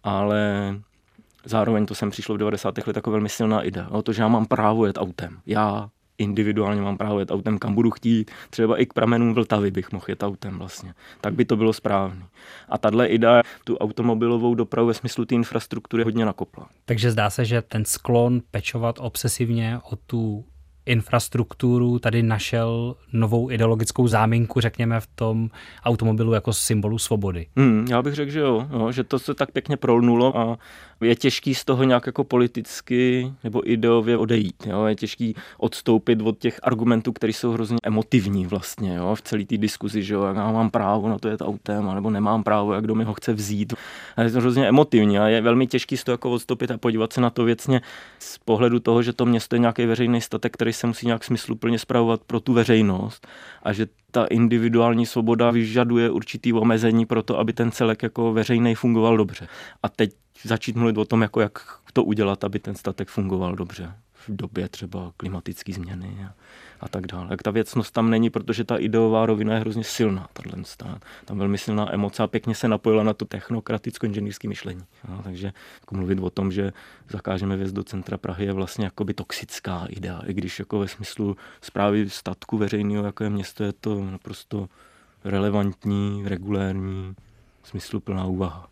ale zároveň to sem přišlo v devadesátých letech jako velmi silná idea. O to, že já mám právo jet autem. Já individuálně mám právo jet autem, kam budu chtít, třeba i k pramenům Vltavy bych mohl jet autem vlastně. Tak by to bylo správný. A tahle idea tu automobilovou dopravu ve smyslu té infrastruktury hodně nakopla. Takže zdá se, že ten sklon pečovat obsesivně o tu infrastrukturu tady našel novou ideologickou záminku, řekněme, v tom automobilu jako symbolu svobody. Hmm, já bych řekl, že jo, jo, že to se tak pěkně prolnulo a je těžký z toho nějak jako politicky nebo ideově odejít. Jo? Je těžký odstoupit od těch argumentů, které jsou hrozně emotivní vlastně, jo? V celé té diskuzi, že jo? Jak já mám právo na to jet autem, nebo nemám právo, jak kdo mi ho chce vzít. A je to hrozně emotivní a je velmi těžký z toho jako odstoupit a podívat se na to věcně z pohledu toho, že to město je nějaký veřejný statek, který se musí nějak smysluplně spravovat pro tu veřejnost a že ta individuální svoboda vyžaduje určitý omezení pro to, aby ten celek jako veřejný fungoval dobře. A teď začít mluvit o tom, jako jak to udělat, aby ten statek fungoval dobře v době třeba klimatické změny a, a tak dále. Jak ta věcnost tam není, protože ta ideová rovina je hrozně silná, tato stát. Tam velmi silná emoce a pěkně se napojila na to technokraticko-inženýrské myšlení. No, takže jako mluvit o tom, že zakážeme vjezd do centra Prahy je vlastně jakoby toxická idea, i když jako ve smyslu správy statku veřejného, jako je město, je to naprosto relevantní, regulérní, smysluplná úvaha.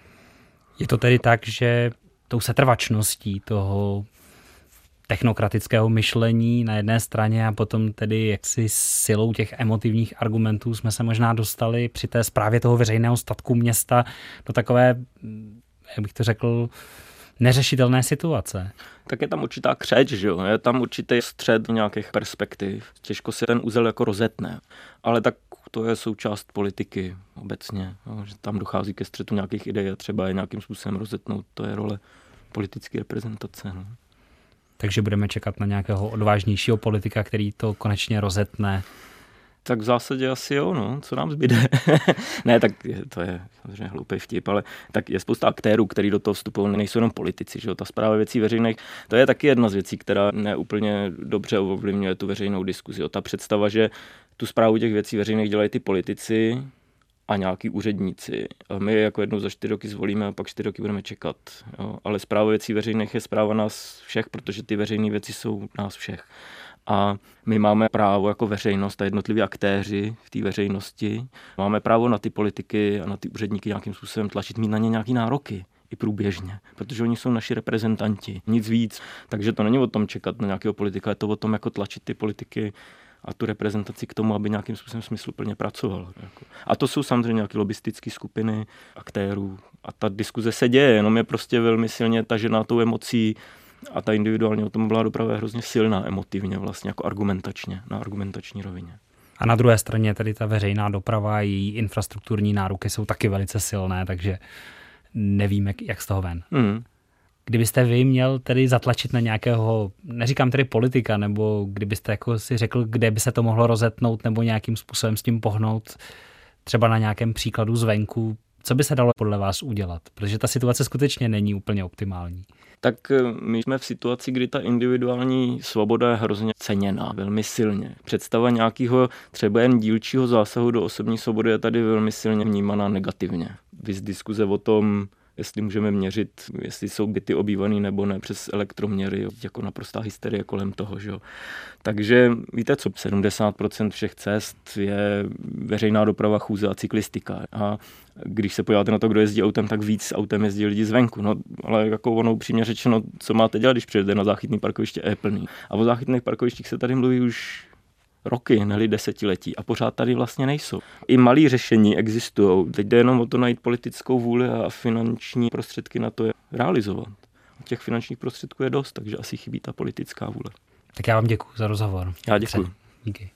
Je to tedy tak, že tou setrvačností toho technokratického myšlení na jedné straně a potom tedy jaksi silou těch emotivních argumentů jsme se možná dostali při té správě toho veřejného statku města do takové, jak bych to řekl, neřešitelné situace. Tak je tam určitá křeč, že jo? Je tam určitý střed nějakých perspektiv. Těžko se ten uzel jako rozetne. Ale tak to je součást politiky obecně, jo? Že tam dochází ke střetu nějakých idej a třeba je nějakým způsobem rozetnout. To je role politické reprezentace. No. Takže budeme čekat na nějakého odvážnějšího politika, který to konečně rozetne. Tak v zásadě asi jo, no, co nám zbyde. Ne, tak je, to je samozřejmě hloupý vtip, ale tak je spousta aktérů, kteří do toho vstupují, nejsou jenom politici, že jo, ta správa věcí veřejných, to je taky jedna z věcí, která neúplně dobře ovlivňuje tu veřejnou diskuzi. O ta představa, že tu správu těch věcí veřejných dělají ty politici a nějaký úředníci. A my jako jednou za čtyři roky zvolíme a pak čtyři roky budeme čekat. Jo. Ale správa věcí veřejných je správa nás všech, protože ty veřejné věci jsou nás všech. A my máme právo jako veřejnost a jednotliví aktéři v té veřejnosti, máme právo na ty politiky a na ty úředníky nějakým způsobem tlačit, mít na ně nějaký nároky i průběžně, protože oni jsou naši reprezentanti, nic víc. Takže to není o tom čekat na nějakého politika, je to o tom jako tlačit ty politiky a tu reprezentaci k tomu, aby nějakým způsobem smysluplně pracoval. A to jsou samozřejmě nějaké lobistické skupiny aktérů a ta diskuze se děje, jenom je prostě velmi silně tažená tou emocí. A ta individuální automobilová doprava je hrozně silná emotivně, vlastně jako argumentačně, na argumentační rovině. A na druhé straně tedy ta veřejná doprava a její infrastrukturní nároky jsou taky velice silné, takže nevíme, jak z toho ven. Mm. Kdybyste vy měl tedy zatlačit na nějakého, neříkám tedy politika, nebo kdybyste jako si řekl, kde by se to mohlo rozetnout nebo nějakým způsobem s tím pohnout, třeba na nějakém příkladu zvenku, co by se dalo podle vás udělat? Protože ta situace skutečně není úplně optimální. Tak my jsme v situaci, kdy ta individuální svoboda je hrozně ceněná, velmi silně. Představa nějakého třeba jen dílčího zásahu do osobní svobody je tady velmi silně vnímaná negativně. Vys diskuze o tom, jestli můžeme měřit, jestli jsou byty obývaný nebo ne přes elektroměry, jako naprostá hysterie kolem toho. Že? Takže víte co, sedmdesát procent všech cest je veřejná doprava, chůze a cyklistika. A když se podíváte na to, kdo jezdí autem, tak víc autem jezdí lidi zvenku. No, ale jako ono upřímně řečeno, co máte dělat, když přijede na záchytný parkoviště, je plný. A o záchytných parkovištích se tady mluví už roky, ne desetiletí a pořád tady vlastně nejsou. I malý řešení existují. Teď jde jenom o to najít politickou vůli a finanční prostředky na to je realizovat. Těch finančních prostředků je dost, takže asi chybí ta politická vůle. Tak já vám děkuji za rozhovor. Já děkuji. Díky.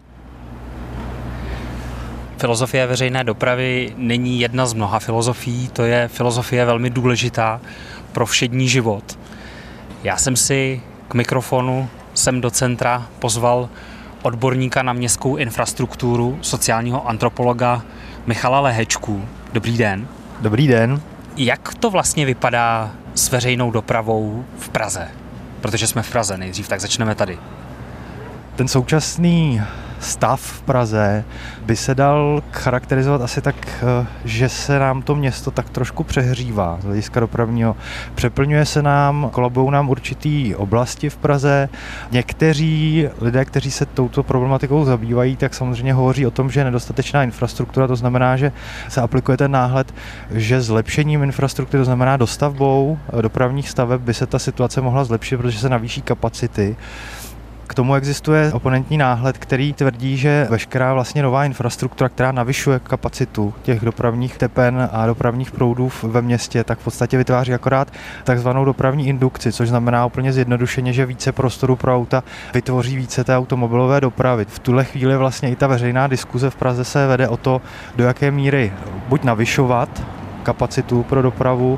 Filozofie veřejné dopravy není jedna z mnoha filozofií, to je filozofie velmi důležitá pro všední život. Já jsem si k mikrofonu sem do centra pozval odborníka na městskou infrastrukturu, sociálního antropologa Michala Lehečku. Dobrý den. Dobrý den. Jak to vlastně vypadá s veřejnou dopravou v Praze? Protože jsme v Praze nejdřív, tak začneme tady. Ten současný stav v Praze by se dal charakterizovat asi tak, že se nám to město tak trošku přehřívá z hlediska dopravního. Přeplňuje se nám, kolabují nám určitý oblasti v Praze. Někteří lidé, kteří se touto problematikou zabývají, tak samozřejmě hovoří o tom, že je nedostatečná infrastruktura, to znamená, že se aplikuje ten náhled, že zlepšením infrastruktury, to znamená dostavbou dopravních staveb, by se ta situace mohla zlepšit, protože se navýší kapacity. K tomu existuje oponentní náhled, který tvrdí, že veškerá vlastně nová infrastruktura, která navyšuje kapacitu těch dopravních tepen a dopravních proudů ve městě, tak v podstatě vytváří akorát takzvanou dopravní indukci, což znamená úplně zjednodušeně, že více prostoru pro auta vytvoří více té automobilové dopravy. V tuhle chvíli vlastně i ta veřejná diskuze v Praze se vede o to, do jaké míry buď navyšovat kapacitu pro dopravu,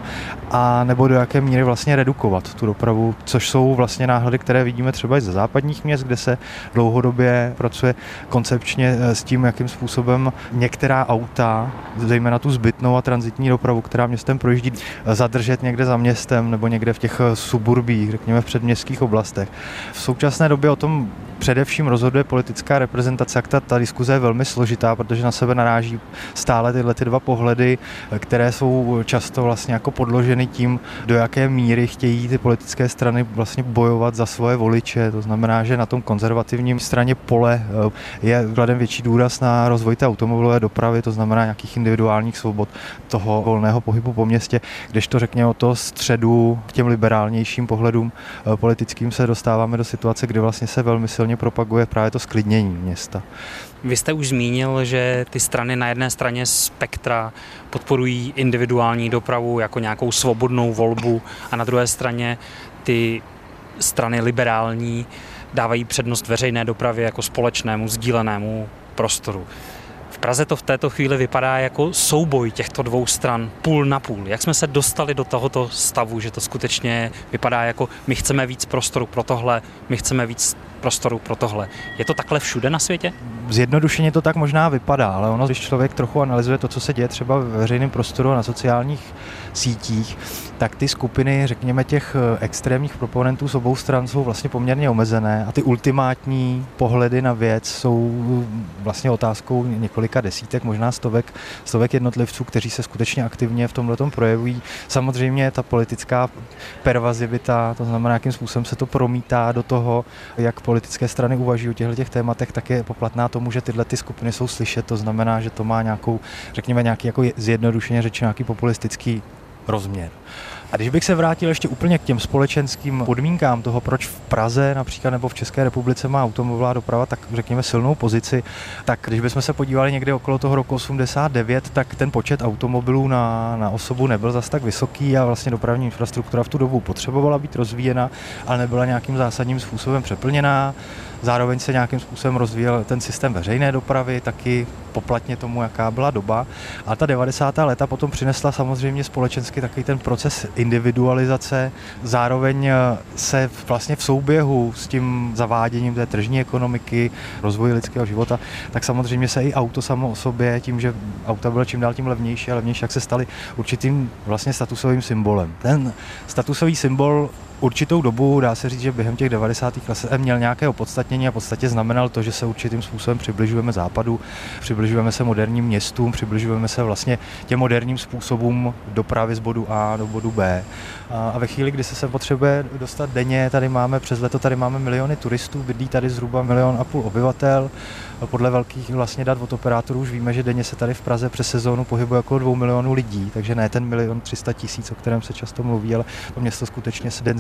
a nebo do jaké míry vlastně redukovat tu dopravu, což jsou vlastně náhledy, které vidíme třeba i ze západních měst, kde se dlouhodobě pracuje koncepčně s tím, jakým způsobem některá auta, zejména tu zbytnou a tranzitní dopravu, která městem projíždí, zadržet někde za městem nebo někde v těch suburbích, řekněme v předměstských oblastech. V současné době o tom především rozhoduje politická reprezentace, jak ta, ta diskuze je velmi složitá, protože na sebe naráží stále tyhle ty dva pohledy, které jsou často vlastně jako podloženy tím, do jaké míry chtějí ty politické strany vlastně bojovat za svoje voliče. To znamená, že na tom konzervativním straně pole je kladen větší důraz na rozvoj té automobilové dopravy, to znamená nějakých individuálních svobod toho volného pohybu po městě, kdežto řekněme o to středu k těm liberálnějším pohledům politickým se dostáváme do situace, kdy vlastně se velmi silně propaguje právě to sklidnění města. Vy jste už zmínil, že ty strany na jedné straně spektra podporují individuální dopravu jako nějakou svobodnou volbu a na druhé straně ty strany liberální dávají přednost veřejné dopravě jako společnému sdílenému prostoru. V Praze to v této chvíli vypadá jako souboj těchto dvou stran půl na půl. Jak jsme se dostali do tohoto stavu, že to skutečně vypadá jako my chceme víc prostoru pro tohle, my chceme víc prostoru pro tohle. Je to takhle všude na světě? Zjednodušeně to tak možná vypadá, ale ono, když člověk trochu analyzuje to, co se děje třeba ve veřejném prostoru a na sociálních sítích, tak ty skupiny, řekněme, těch extrémních proponentů z obou stran jsou vlastně poměrně omezené a ty ultimátní pohledy na věc jsou vlastně otázkou několika desítek, možná stovek, stovek jednotlivců, kteří se skutečně aktivně v tomhletom projevují. Samozřejmě ta politická pervazivita, to znamená, jakým způsobem se to promítá do toho, jak politické strany uvažují o těchto tématech, tak je poplatná tomu, že tyhle ty skupiny jsou slyšet. To znamená, že to má nějakou, řekněme, nějaký jako zjednodušeně řečeno, nějaký populistický rozměr. A když bych se vrátil ještě úplně k těm společenským podmínkám toho, proč v Praze například nebo v České republice má automobilová doprava tak řekněme silnou pozici, tak když bychom se podívali někdy okolo toho roku osmdesát devět, tak ten počet automobilů na, na osobu nebyl zas tak vysoký a vlastně dopravní infrastruktura v tu dobu potřebovala být rozvíjena, ale nebyla nějakým zásadním způsobem přeplněná. Zároveň se nějakým způsobem rozvíjel ten systém veřejné dopravy, taky poplatně tomu, jaká byla doba. A ta devadesátá léta potom přinesla samozřejmě společensky takový ten proces individualizace. Zároveň se vlastně v souběhu s tím zaváděním té tržní ekonomiky, rozvoji lidského života, tak samozřejmě se i auto samo o sobě, tím, že auta bylo čím dál tím levnější a levnější, jak se staly určitým vlastně statusovým symbolem. Ten statusový symbol určitou dobu, dá se říct, že během těch devadesátých let měl nějaké opodstatnění a v podstatě znamenal to, že se určitým způsobem přibližujeme západu, přibližujeme se moderním městům, přibližujeme se vlastně těm moderním způsobům dopravy z bodu A do bodu B. A ve chvíli, kdy se sem potřebuje dostat denně, tady máme přes leto, tady máme miliony turistů, bydlí tady zhruba milion a půl obyvatel. Podle velkých vlastně dat od operátorů už víme, že denně se tady v Praze přes sezónu pohybuje okolo dvou milionů lidí, takže ne ten milion tři sta tisíc, o kterém se často mluví, ale to město skutečně se denzifikace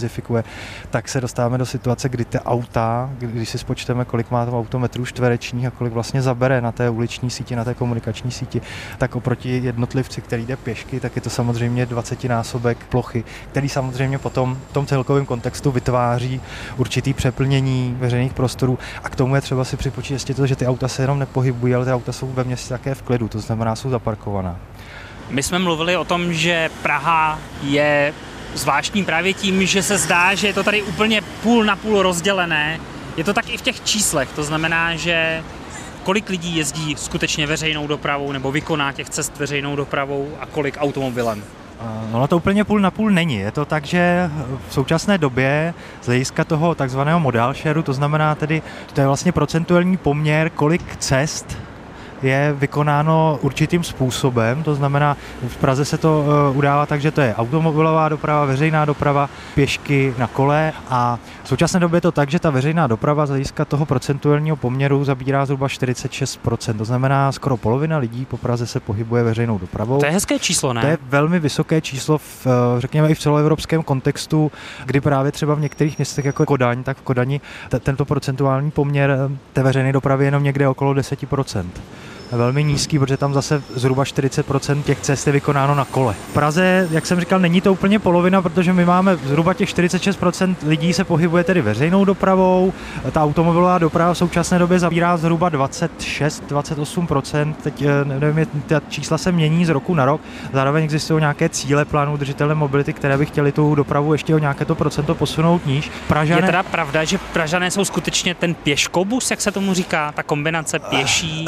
intenzifikuje, tak se dostáváme do situace, kdy ty auta, když si spočteme, kolik má to auto metrů čtverečních a kolik vlastně zabere na té uliční síti, na té komunikační síti, tak oproti jednotlivci, který jde pěšky, tak je to samozřejmě dvacetinásobek plochy, který samozřejmě potom v tom celkovém kontextu vytváří určitý přeplnění veřejných prostorů a k tomu je třeba si připočítat ještě to, že ty auta se jenom nepohybují, ale ty auta jsou ve městě také v klidu, to znamená, jsou zaparkovaná. My jsme mluvili o tom, že Praha je zvláštní právě tím, že se zdá, že je to tady úplně půl na půl rozdělené. Je to tak i v těch číslech, to znamená, že kolik lidí jezdí skutečně veřejnou dopravou nebo vykoná těch cest veřejnou dopravou a kolik automobilem. Ono to úplně půl na půl není. Je to tak, že v současné době z hlediska toho takzvaného modal shareu, to znamená tedy, to je vlastně procentuální poměr, kolik cest je vykonáno určitým způsobem, to znamená, v Praze se to uh, udává tak, že to je automobilová doprava, veřejná doprava, pěšky na kole a v současné době je to tak, že ta veřejná doprava z hlediska toho procentuálního poměru zabírá zhruba čtyřicet šest procent, to znamená skoro polovina lidí po Praze se pohybuje veřejnou dopravou. To je hezké číslo, ne? To je velmi vysoké číslo, v, řekněme i v celoevropském kontextu, kdy právě třeba v některých městech jako Kodaň, tak v Kodani t- tento procentuální poměr té veřejné dopravy je jenom někde okolo deset procent. Velmi nízký, protože tam zase zhruba čtyřicet procent těch cest je vykonáno na kole. V Praze, jak jsem říkal, není to úplně polovina, protože my máme zhruba těch čtyřicet šest procent lidí se pohybuje tedy veřejnou dopravou. Ta automobilová doprava v současné době zabírá zhruba dvacet šest až dvacet osm procent. Teď nevím, ta čísla se mění z roku na rok. Zároveň existují nějaké cíle plánu udržitelné mobility, které by chtěly tu dopravu ještě o nějaké to procento posunout níž. Pražané... Je teda pravda, že Pražané jsou skutečně ten pěškobus, jak se tomu říká, ta kombinace pěší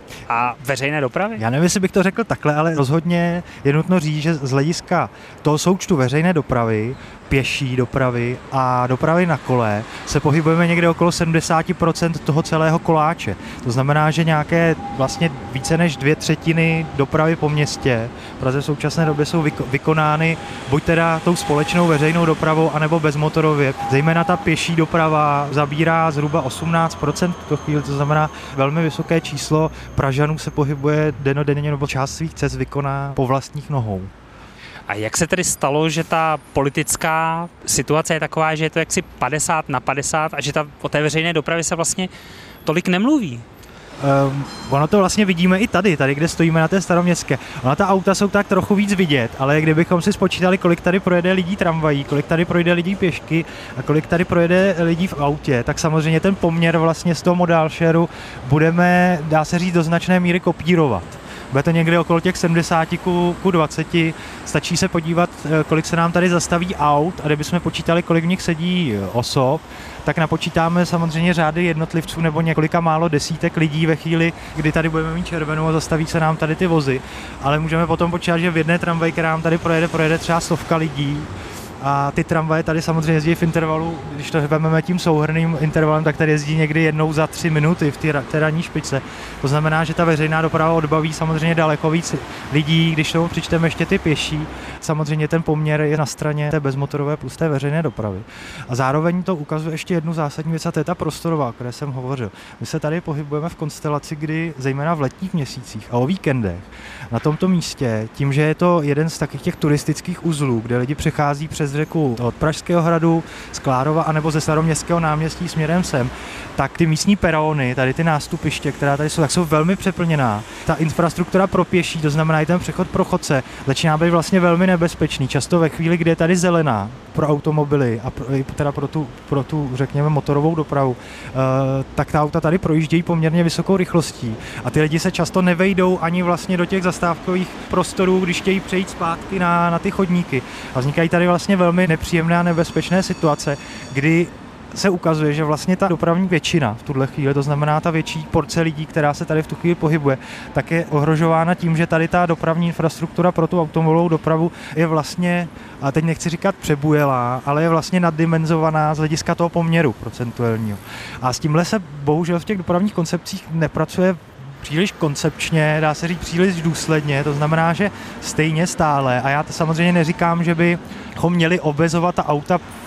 a veřejné dopravy? Já nevím, jestli bych to řekl takhle, ale rozhodně je nutno říct, že z hlediska toho součtu veřejné dopravy, pěší dopravy a dopravy na kole se pohybujeme někde okolo sedmdesát procent toho celého koláče. To znamená, že nějaké vlastně více než dvě třetiny dopravy po městě v Praze v současné době jsou vykonány buď teda tou společnou veřejnou dopravou, anebo bezmotorově. Zejména ta pěší doprava zabírá zhruba osmnáct procent v tu chvíli, to znamená velmi vysoké číslo Pražanů se pohybuje dennodenně nebo část svých cest vykoná po vlastních nohou. A jak se tedy stalo, že ta politická situace je taková, že je to jaksi padesát na padesát a že ta, o té veřejné dopravě se vlastně tolik nemluví? Um, ono to vlastně vidíme i tady, tady, kde stojíme na té Staroměstské. Ona ta auta jsou tak trochu víc vidět, ale kdybychom si spočítali, kolik tady projede lidí tramvají, kolik tady projede lidí pěšky a kolik tady projede lidí v autě, tak samozřejmě ten poměr vlastně z toho modal shareu budeme, dá se říct, do značné míry kopírovat. Bude to někde okolo těch sedmdesát ku dvaceti. Stačí se podívat, kolik se nám tady zastaví aut a kdybychom počítali, kolik v nich sedí osob, tak napočítáme samozřejmě řády jednotlivců nebo několika málo desítek lidí ve chvíli, kdy tady budeme mít červenou a zastaví se nám tady ty vozy. Ale můžeme potom počítat, že v jedné tramvaji, která nám tady projede, projede třeba stovka lidí. A ty tramvaje tady samozřejmě jezdí v intervalu, když to vezmeme tím souhrnným intervalem, tak tady jezdí někdy jednou za tři minuty v té ranní špičce. To znamená, že ta veřejná doprava odbaví samozřejmě daleko víc lidí, když tomu přičteme ještě ty pěší. Samozřejmě ten poměr je na straně té bezmotorové plus té veřejné dopravy. A zároveň to ukazuje ještě jednu zásadní věc, a to je ta prostorová, o které jsem hovořil. My se tady pohybujeme v konstelaci, kdy zejména v letních měsících a o víkendech na tomto místě, tím, že je to jeden z takových těch turistických uzlů, kde lidi přechází přes řeku od Pražského hradu, z Klárova anebo ze Staroměstského náměstí směrem sem, tak ty místní perony, tady ty nástupiště, která tady jsou, tak jsou velmi přeplněná. Ta infrastruktura pro pěší, to znamená i ten přechod pro chodce, začíná být vlastně velmi nebezpečný. Často ve chvíli, kdy je tady zelená pro automobily a pro, teda pro tu, pro tu, řekněme, motorovou dopravu, tak ta auta tady projíždějí poměrně vysokou rychlostí a ty lidi se často nevejdou ani vlastně do těch zastávkových prostorů, když chtějí přejít zpátky na, na ty chodníky. A vznikají tady vlastně velmi nepříjemné a nebezpečné situace, kdy se ukazuje, že vlastně ta dopravní většina v tuhle chvíli, to znamená ta větší porce lidí, která se tady v tu chvíli pohybuje, tak je ohrožována tím, že tady ta dopravní infrastruktura pro tu automobilovou dopravu je vlastně, a teď nechci říkat přebujelá, ale je vlastně naddimenzovaná z hlediska toho poměru procentuálního. A s tímhle se bohužel v těch dopravních koncepcích nepracuje příliš koncepčně, dá se říct příliš důsledně, to znamená, že stejně stále, a já to samozřejmě neříkám, že bychom měli obezovat ta auta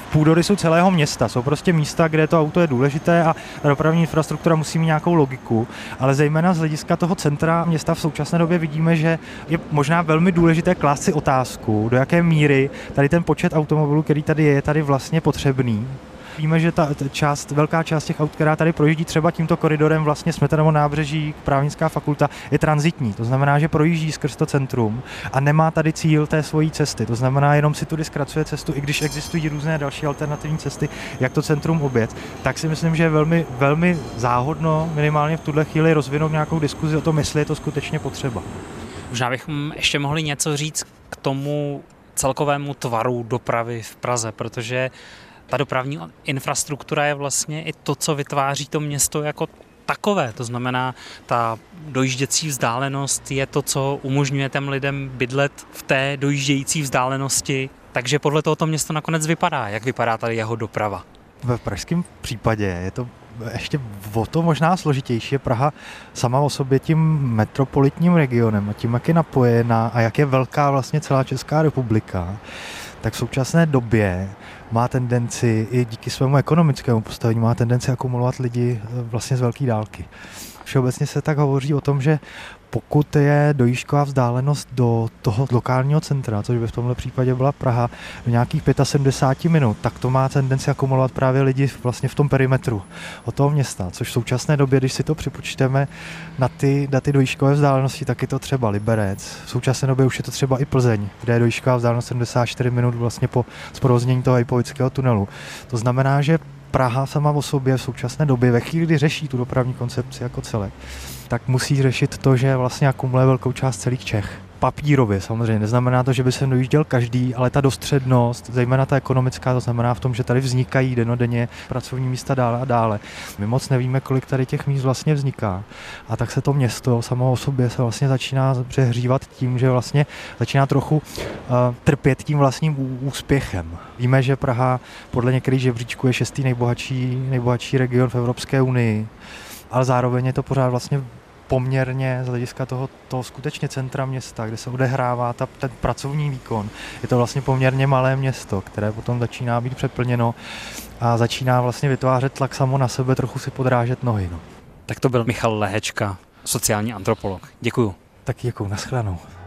půdorysu celého města. Jsou prostě místa, kde to auto je důležité a dopravní infrastruktura musí mít nějakou logiku, ale zejména z hlediska toho centra města v současné době vidíme, že je možná velmi důležité klást si otázku, do jaké míry tady ten počet automobilů, který tady je, je tady vlastně potřebný. Víme, že ta část, velká část těch aut, která tady projíždí třeba tímto koridorem vlastně Smetanovo nábřeží, právnická fakulta, je tranzitní. To znamená, že projíždí skrz to centrum a nemá tady cíl té svojí cesty. To znamená, jenom si tudy zkracuje cestu, i když existují různé další alternativní cesty, jak to centrum objet. Tak si myslím, že je velmi, velmi záhodno minimálně v tuhle chvíli rozvinout nějakou diskuzi o tom, jestli je to skutečně potřeba. Možná bychom ještě mohli něco říct k tomu celkovému tvaru dopravy v Praze, protože ta dopravní infrastruktura je vlastně i to, co vytváří to město jako takové. To znamená, ta dojížděcí vzdálenost je to, co umožňuje těm lidem bydlet v té dojíždějící vzdálenosti. Takže podle toho to město nakonec vypadá. Jak vypadá tady jeho doprava? Ve pražském případě je to ještě o to možná složitější. Je Praha sama o sobě tím metropolitním regionem a tím, jak je napojená a jak je velká vlastně celá Česká republika, tak v současné době má tendenci, i díky svému ekonomickému postavení, má tendenci akumulovat lidi vlastně z velké dálky. Všeobecně se tak hovoří o tom, že pokud je dojížďková vzdálenost do toho lokálního centra, což by v tomhle případě byla Praha, do nějakých sedmdesát pět minut, tak to má tendenci akumulovat právě lidi vlastně v tom perimetru od toho města, což v současné době, když si to připočteme na ty, na ty dojížďkové vzdálenosti, tak je to třeba Liberec. V současné době už je to třeba i Plzeň, kde je dojížďková vzdálenost sedmdesát čtyři minut vlastně po zprovoznění toho Lipovického tunelu. To znamená, že Praha sama o sobě v současné době, ve chvíli, kdy řeší tu dopravní koncepci jako celek, tak musí řešit to, že vlastně akumuluje velkou část celých Čech. Papírově samozřejmě, neznamená to, že by sem dojížděl každý, ale ta dostřednost, zejména ta ekonomická, to znamená v tom, že tady vznikají dennodenně pracovní místa dále a dále. My moc nevíme, kolik tady těch míst vlastně vzniká. A tak se to město samo o sobě se vlastně začíná přehřívat tím, že vlastně začíná trochu uh, trpět tím vlastním úspěchem. Víme, že Praha podle některých žebříčků je šestý nejbohatší, nejbohatší region v Evropské unii, ale zároveň je to pořád vlastně poměrně z hlediska toho, toho skutečně centra města, kde se odehrává ta, ten pracovní výkon. Je to vlastně poměrně malé město, které potom začíná být přeplněno a začíná vlastně vytvářet tlak samo na sebe, trochu si podrážet nohy. No. Tak to byl Michal Lehečka, sociální antropolog. Děkuju. Tak děkuju, nashledanou.